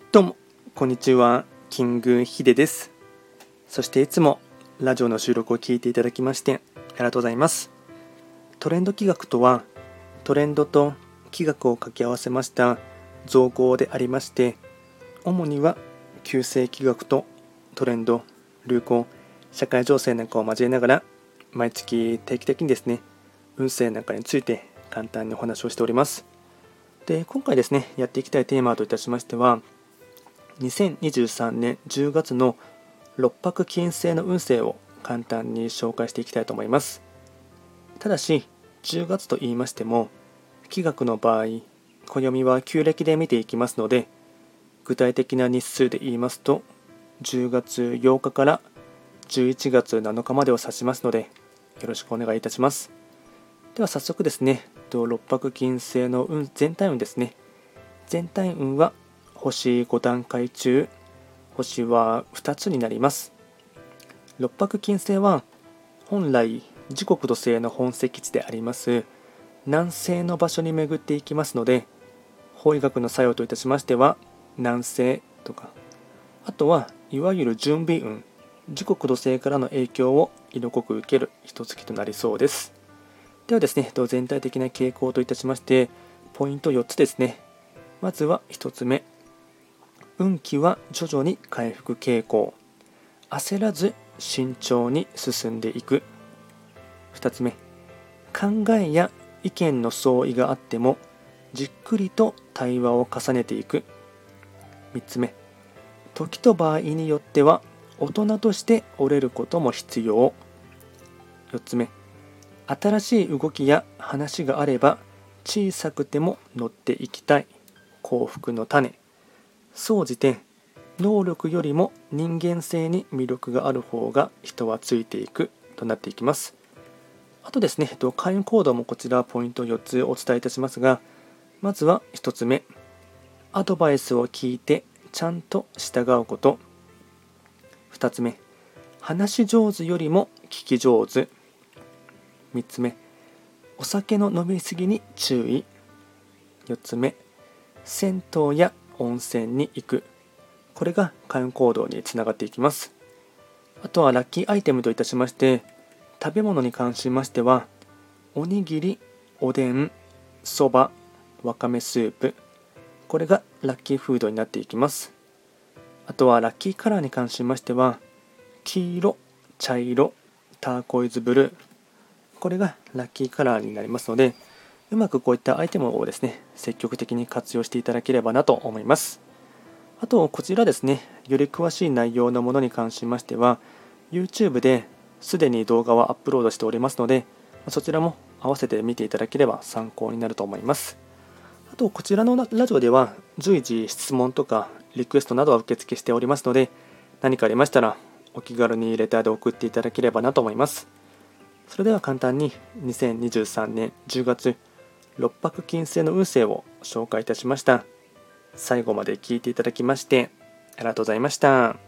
どうも、こんにちは、キングヒデです。そしていつもラジオの収録を聞いていただきましてありがとうございます。トレンド企画とは、トレンドと企画を掛け合わせました造語でありまして、主には旧世企画とトレンド、流行、社会情勢なんかを交えながら、毎月定期的にですね、運勢なんかについて簡単にお話をしております。で、今回ですね、やっていきたいテーマといたしましては、2023年10月の六白金星の運勢を簡単に紹介していきたいと思います。ただし、10月と言いましても、気学の場合、暦は旧暦で見ていきますので、具体的な日数で言いますと、10月8日から11月7日までを指しますので、よろしくお願いいたします。では早速ですね、六白金星の全体運ですね。全体運は星5段階中、星は2つになります。六白金星は本来時刻土星の本石地であります南西の場所に巡っていきますので、法医学の作用といたしましては南西とか、あとはいわゆる準備運、時刻土星からの影響を色濃く受ける一月となりそうです。ではですね、全体的な傾向といたしましてポイント4つですね。まずは1つ目、運気は徐々に回復傾向、焦らず慎重に進んでいく。2つ目、考えや意見の相違があってもじっくりと対話を重ねていく。3つ目、時と場合によっては大人として折れることも必要。4つ目、新しい動きや話があれば小さくても乗っていきたい。幸福の種。総じて能力よりも人間性に魅力がある方が人はついていくとなっていきます。あとですね、開運行動もこちらポイント4つお伝えいたしますが、まずは1つ目、アドバイスを聞いてちゃんと従うこと。2つ目、話し上手よりも聞き上手。3つ目、お酒の飲みすぎに注意。4つ目、銭湯や温泉に行く。これが開運行動につながっていきます。あとはラッキーアイテムといたしまして、食べ物に関しましてはおにぎり、おでん、そば、わかめスープ、これがラッキーフードになっていきます。あとはラッキーカラーに関しましては黄色、茶色、ターコイズブルー、これがラッキーカラーになりますので、うまくこういったアイテムをですね、積極的に活用していただければなと思います。あとこちらですね、より詳しい内容のものに関しましては YouTube ですでに動画をアップロードしておりますので、そちらも合わせて見ていただければ参考になると思います。あとこちらのラジオでは随時質問とかリクエストなどは受付しておりますので、何かありましたらお気軽にレターで送っていただければなと思います。それでは簡単に2023年10月六白金星の運勢を紹介いたしました。最後まで聞いていただきましてありがとうございました。